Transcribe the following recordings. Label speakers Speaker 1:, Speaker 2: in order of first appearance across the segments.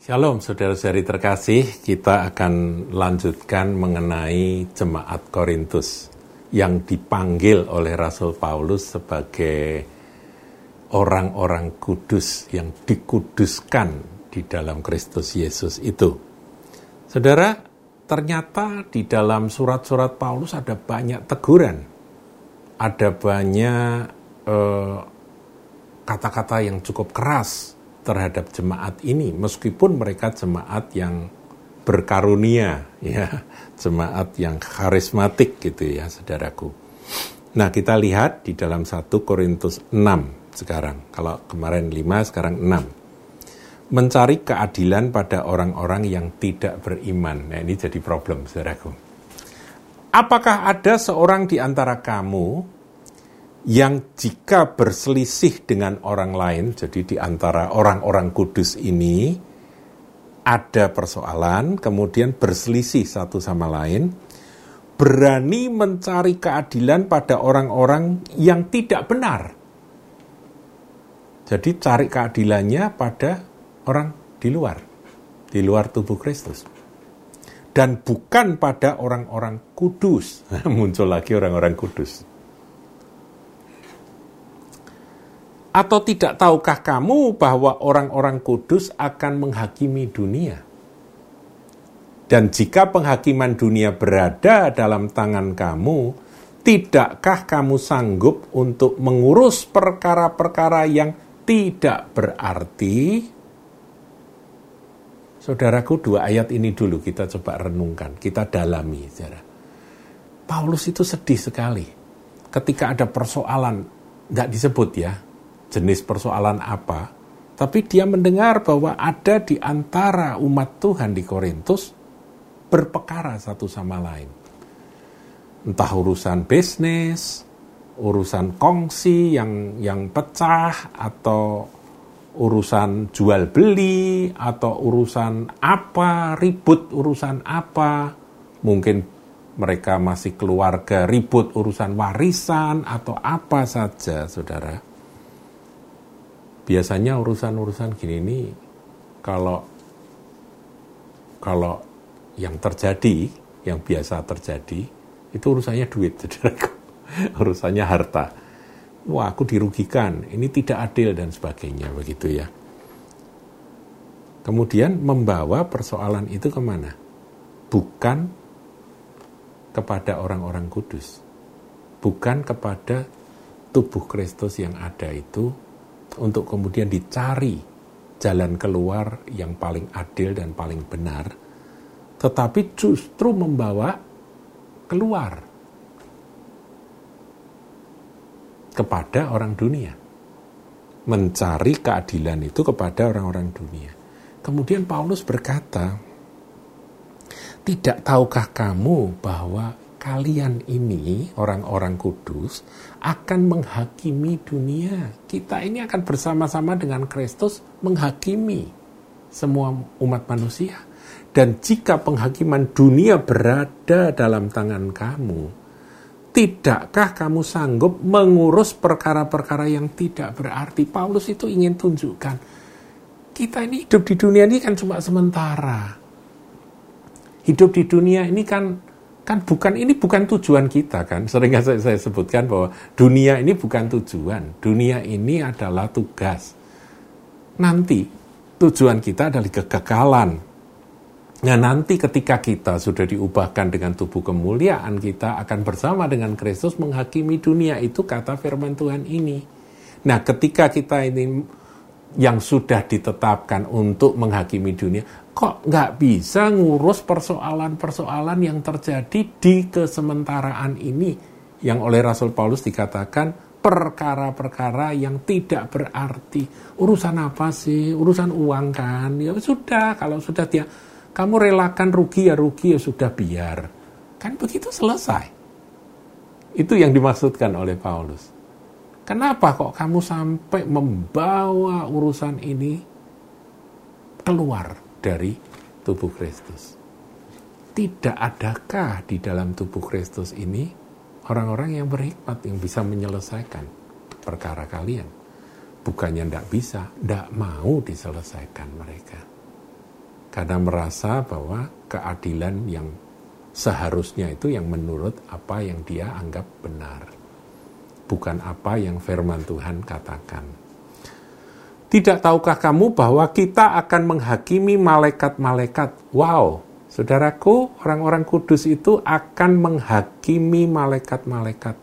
Speaker 1: Shalom saudara-saudari terkasih, kita akan lanjutkan mengenai jemaat Korintus yang dipanggil oleh Rasul Paulus sebagai orang-orang kudus yang dikuduskan di dalam Kristus Yesus itu. Saudara, ternyata di dalam surat-surat Paulus ada banyak teguran, ada banyak kata-kata yang cukup keras terhadap jemaat ini, meskipun mereka jemaat yang berkarunia, ya, jemaat yang karismatik gitu ya, saudaraku. Nah, kita lihat di dalam 1 Korintus 6 sekarang. Kalau kemarin 5, sekarang 6. Mencari keadilan pada orang-orang yang tidak beriman. Nah, ini jadi problem, saudaraku. Apakah ada seorang di antara kamu yang jika berselisih dengan orang lain, jadi di antara orang-orang kudus ini ada persoalan, kemudian berselisih satu sama lain, berani mencari keadilan pada orang-orang yang tidak benar. Jadi cari keadilannya pada orang di luar tubuh Kristus. Dan bukan pada orang-orang kudus. Muncul lagi orang-orang kudus. Atau tidak tahukah kamu bahwa orang-orang kudus akan menghakimi dunia? Dan jika penghakiman dunia berada dalam tangan kamu, tidakkah kamu sanggup untuk mengurus perkara-perkara yang tidak berarti? Saudaraku, 2 ayat ini dulu kita coba renungkan, kita dalami. Saudara. Paulus itu sedih sekali ketika ada persoalan, nggak disebut ya, jenis persoalan apa, tapi dia mendengar bahwa ada di antara umat Tuhan di Korintus berpekara satu sama lain. Entah urusan bisnis, urusan kongsi yang pecah, atau urusan jual beli, atau urusan apa, ribut urusan apa, mungkin mereka masih keluarga, ribut urusan warisan, atau apa saja, saudara. Biasanya urusan-urusan gini ini kalau yang terjadi, yang biasa terjadi, itu urusannya duit, saudaraku. Urusannya harta. Wah, aku dirugikan, ini tidak adil dan sebagainya, begitu ya. Kemudian membawa persoalan itu kemana? Bukan kepada orang-orang kudus. Bukan kepada tubuh Kristus yang ada itu, untuk kemudian dicari jalan keluar yang paling adil dan paling benar, tetapi justru membawa keluar kepada orang dunia. Mencari keadilan itu kepada orang-orang dunia. Kemudian Paulus berkata, tidak tahukah kamu bahwa kalian ini, orang-orang kudus, akan menghakimi dunia. Kita ini akan bersama-sama dengan Kristus menghakimi semua umat manusia. Dan jika penghakiman dunia berada dalam tangan kamu, tidakkah kamu sanggup mengurus perkara-perkara yang tidak berarti? Paulus itu ingin tunjukkan, kita ini hidup di dunia ini kan cuma sementara. Hidup di dunia ini kan bukan tujuan kita kan. Sering saya sebutkan bahwa dunia ini bukan tujuan. Dunia ini adalah tugas. Nanti tujuan kita adalah kekekalan. Nah, nanti ketika kita sudah diubahkan dengan tubuh kemuliaan, kita akan bersama dengan Kristus menghakimi dunia. Itu kata firman Tuhan ini. Nah, ketika kita ini yang sudah ditetapkan untuk menghakimi dunia, kok nggak bisa ngurus persoalan-persoalan yang terjadi di kesementaraan ini, yang oleh Rasul Paulus dikatakan perkara-perkara yang tidak berarti. Urusan apa sih? Urusan uang kan? Ya sudah, kalau sudah kamu relakan rugi ya sudah, biar. Kan begitu selesai. Itu yang dimaksudkan oleh Paulus. Kenapa kok kamu sampai membawa urusan ini keluar dari tubuh Kristus? Tidak adakah di dalam tubuh Kristus ini orang-orang yang berhikmat yang bisa menyelesaikan perkara kalian? Bukannya tidak bisa, tidak mau diselesaikan mereka. karena merasa bahwa keadilan yang seharusnya itu yang menurut apa yang dia anggap benar, bukan apa yang firman Tuhan katakan. Tidak tahukah kamu bahwa kita akan menghakimi malaikat-malaikat? Wow, saudaraku, orang-orang kudus itu akan menghakimi malaikat-malaikat.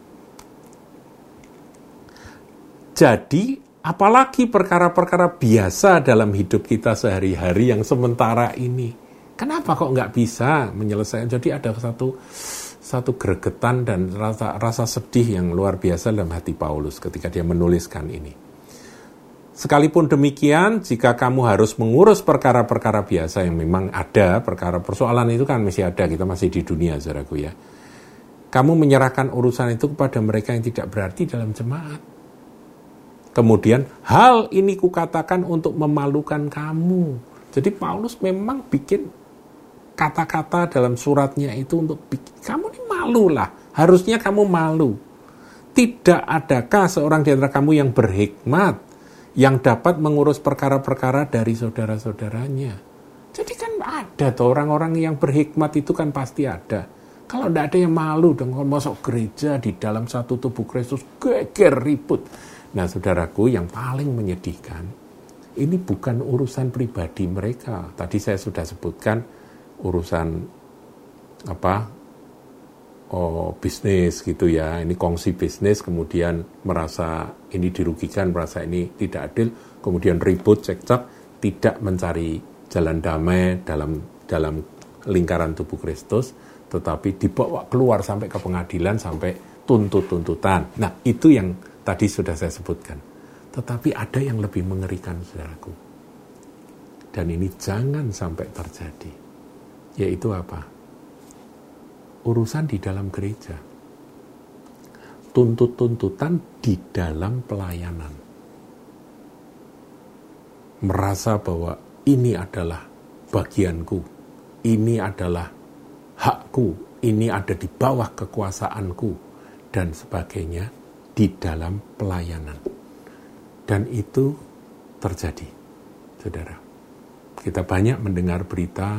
Speaker 1: Jadi, apalagi perkara-perkara biasa dalam hidup kita sehari-hari yang sementara ini. Kenapa kok nggak bisa menyelesaikan? Jadi ada satu gregetan dan rasa sedih yang luar biasa dalam hati Paulus ketika dia menuliskan ini. Sekalipun demikian, jika kamu harus mengurus perkara-perkara biasa yang memang ada, perkara persoalan itu kan masih ada, kita masih di dunia, saudaraku ya. Kamu menyerahkan urusan itu kepada mereka yang tidak berarti dalam jemaat. Kemudian, hal ini kukatakan untuk memalukan kamu. Jadi Paulus memang bikin kata-kata dalam suratnya itu untuk bikin, kamu ini malu lah, harusnya kamu malu. Tidak adakah seorang di antara kamu yang berhikmat, yang dapat mengurus perkara-perkara dari saudara-saudaranya? Jadi kan ada tuh orang-orang yang berhikmat itu kan pasti ada. Kalau tidak ada yang malu dengan masuk gereja di dalam satu tubuh Kristus, geger ribut. Nah saudaraku, yang paling menyedihkan, ini bukan urusan pribadi mereka. Tadi saya sudah sebutkan, urusan bisnis gitu ya, ini kongsi bisnis, kemudian merasa ini dirugikan, merasa ini tidak adil, kemudian ribut, cekcok, tidak mencari jalan damai dalam lingkaran tubuh Kristus, tetapi dibawa keluar sampai ke pengadilan, sampai tuntutan. Nah, itu yang tadi sudah saya sebutkan. Tetapi ada yang lebih mengerikan, saudaraku. Dan ini jangan sampai terjadi. Yaitu apa? Urusan di dalam gereja. Tuntutan di dalam pelayanan. Merasa bahwa ini adalah bagianku. Ini adalah hakku. Ini ada di bawah kekuasaanku. Dan sebagainya di dalam pelayanan. Dan itu terjadi, saudara. Kita banyak mendengar berita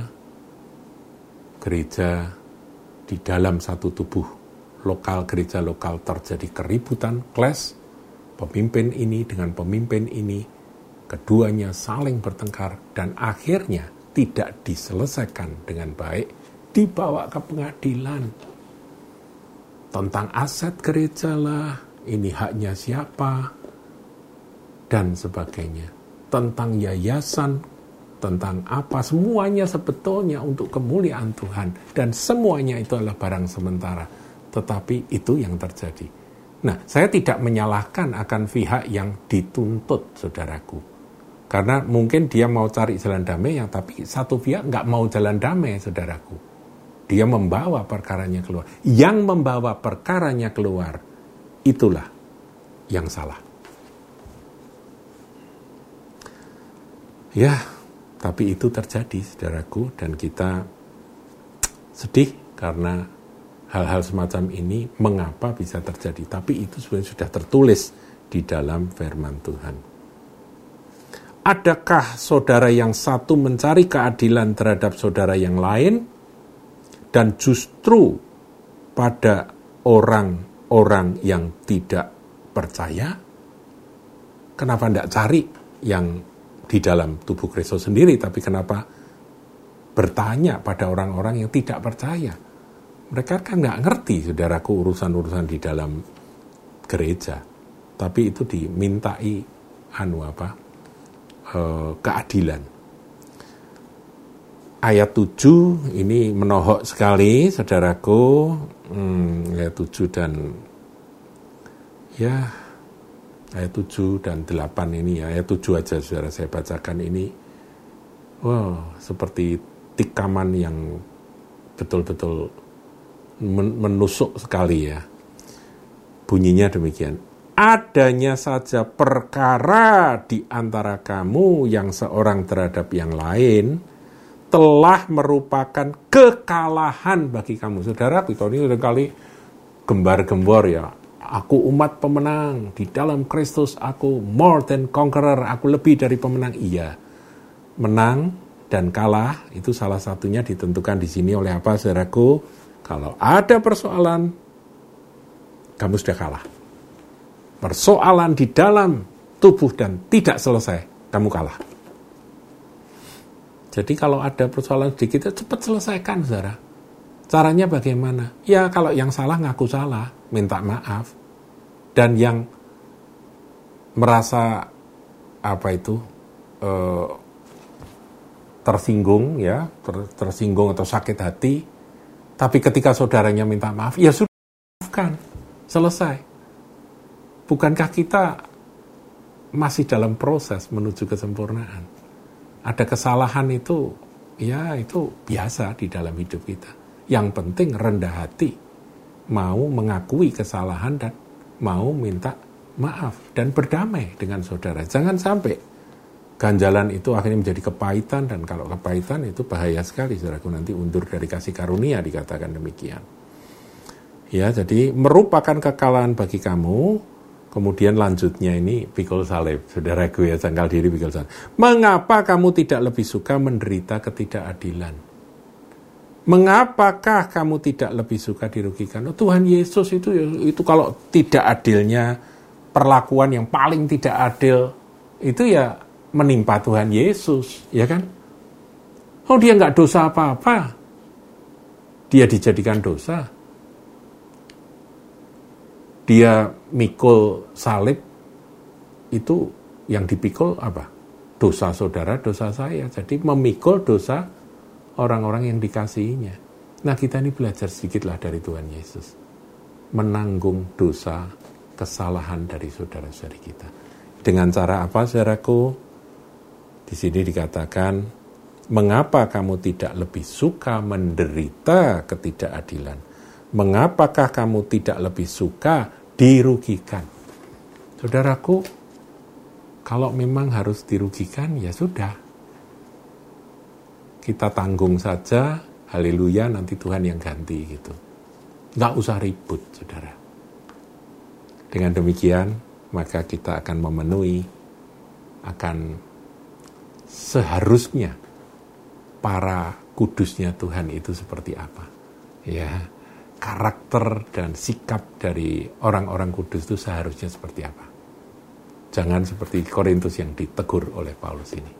Speaker 1: gereja di dalam satu tubuh lokal, gereja lokal terjadi keributan, clash, pemimpin ini dengan pemimpin ini, keduanya saling bertengkar dan akhirnya tidak diselesaikan dengan baik, dibawa ke pengadilan. Tentang aset gereja lah, ini haknya siapa, dan sebagainya. Tentang yayasan, tentang apa, semuanya sebetulnya untuk kemuliaan Tuhan. Dan semuanya itu adalah barang sementara. Tetapi itu yang terjadi. Nah, saya tidak menyalahkan akan pihak yang dituntut, saudaraku. Karena mungkin dia mau cari jalan damai, tapi satu pihak nggak mau jalan damai, saudaraku. Dia membawa perkaranya keluar. Yang membawa perkaranya keluar, itulah yang salah. Ya, tapi itu terjadi, saudaraku, dan kita sedih karena hal-hal semacam ini mengapa bisa terjadi. Tapi itu sebenarnya sudah tertulis di dalam firman Tuhan. Adakah saudara yang satu mencari keadilan terhadap saudara yang lain, dan justru pada orang-orang yang tidak percaya? Kenapa tidak cari yang di dalam tubuh Kristus sendiri, tapi kenapa bertanya pada orang-orang yang tidak percaya? Mereka kan nggak ngerti, saudaraku, urusan-urusan di dalam gereja. Tapi itu dimintai keadilan. Ayat 7 ini menohok sekali, saudaraku. Ayat 7 dan ya ayat 7 dan 8 ini ya. Ayat 7 aja saudara saya bacakan ini. Wow, seperti tikaman yang betul-betul menusuk sekali ya. Bunyinya demikian. Adanya saja perkara di antara kamu yang seorang terhadap yang lain telah merupakan kekalahan bagi kamu. Saudara, kita ini kali gembar-gembor ya. Aku umat pemenang, di dalam Kristus aku more than conqueror, aku lebih dari pemenang. Iya, menang, dan kalah, itu salah satunya ditentukan di sini oleh apa, saudaraku? Kalau ada persoalan, kamu sudah kalah. Persoalan di dalam tubuh dan tidak selesai, kamu kalah. Jadi kalau ada persoalan sedikit, cepat selesaikan, saudara. Caranya bagaimana? Ya kalau yang salah ngaku salah, minta maaf. Dan yang merasa tersinggung ya, tersinggung atau sakit hati, tapi ketika saudaranya minta maaf, ya sudah, maafkan, selesai. Bukankah kita masih dalam proses menuju kesempurnaan? Ada kesalahan itu, ya itu biasa di dalam hidup kita. Yang penting rendah hati, mau mengakui kesalahan dan mau minta maaf dan berdamai dengan saudara. Jangan sampai ganjalan itu akhirnya menjadi kepahitan, dan kalau kepahitan itu bahaya sekali, saudaraku, nanti undur dari kasih karunia, dikatakan demikian. Ya, jadi merupakan kekalahan bagi kamu. Kemudian lanjutnya ini pikul salib, saudaraku ya, sangkal diri pikul salib. Mengapa kamu tidak lebih suka menderita ketidakadilan? Mengapakah kamu tidak lebih suka dirugikan? Oh, Tuhan Yesus itu kalau tidak adilnya, perlakuan yang paling tidak adil, itu ya menimpa Tuhan Yesus, ya kan? Oh, dia nggak dosa apa-apa. Dia dijadikan dosa. Dia mikul salib, itu yang dipikul apa? Dosa saudara, dosa saya. Jadi memikul dosa orang-orang yang dikasihinya. Nah, kita ini belajar sedikitlah dari Tuhan Yesus. Menanggung dosa, kesalahan dari saudara-saudari kita. Dengan cara apa, saudaraku? Di sini dikatakan, mengapa kamu tidak lebih suka menderita ketidakadilan? Mengapakah kamu tidak lebih suka dirugikan? Saudaraku, kalau memang harus dirugikan, ya sudah. Kita tanggung saja, haleluya, nanti Tuhan yang ganti gitu. Nggak usah ribut, saudara. Dengan demikian, maka kita akan memenuhi, akan seharusnya para kudusnya Tuhan itu seperti apa. Ya, karakter dan sikap dari orang-orang kudus itu seharusnya seperti apa. Jangan seperti Korintus yang ditegur oleh Paulus ini.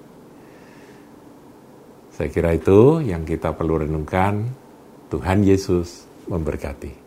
Speaker 1: Saya kira itu yang kita perlu renungkan. Tuhan Yesus memberkati.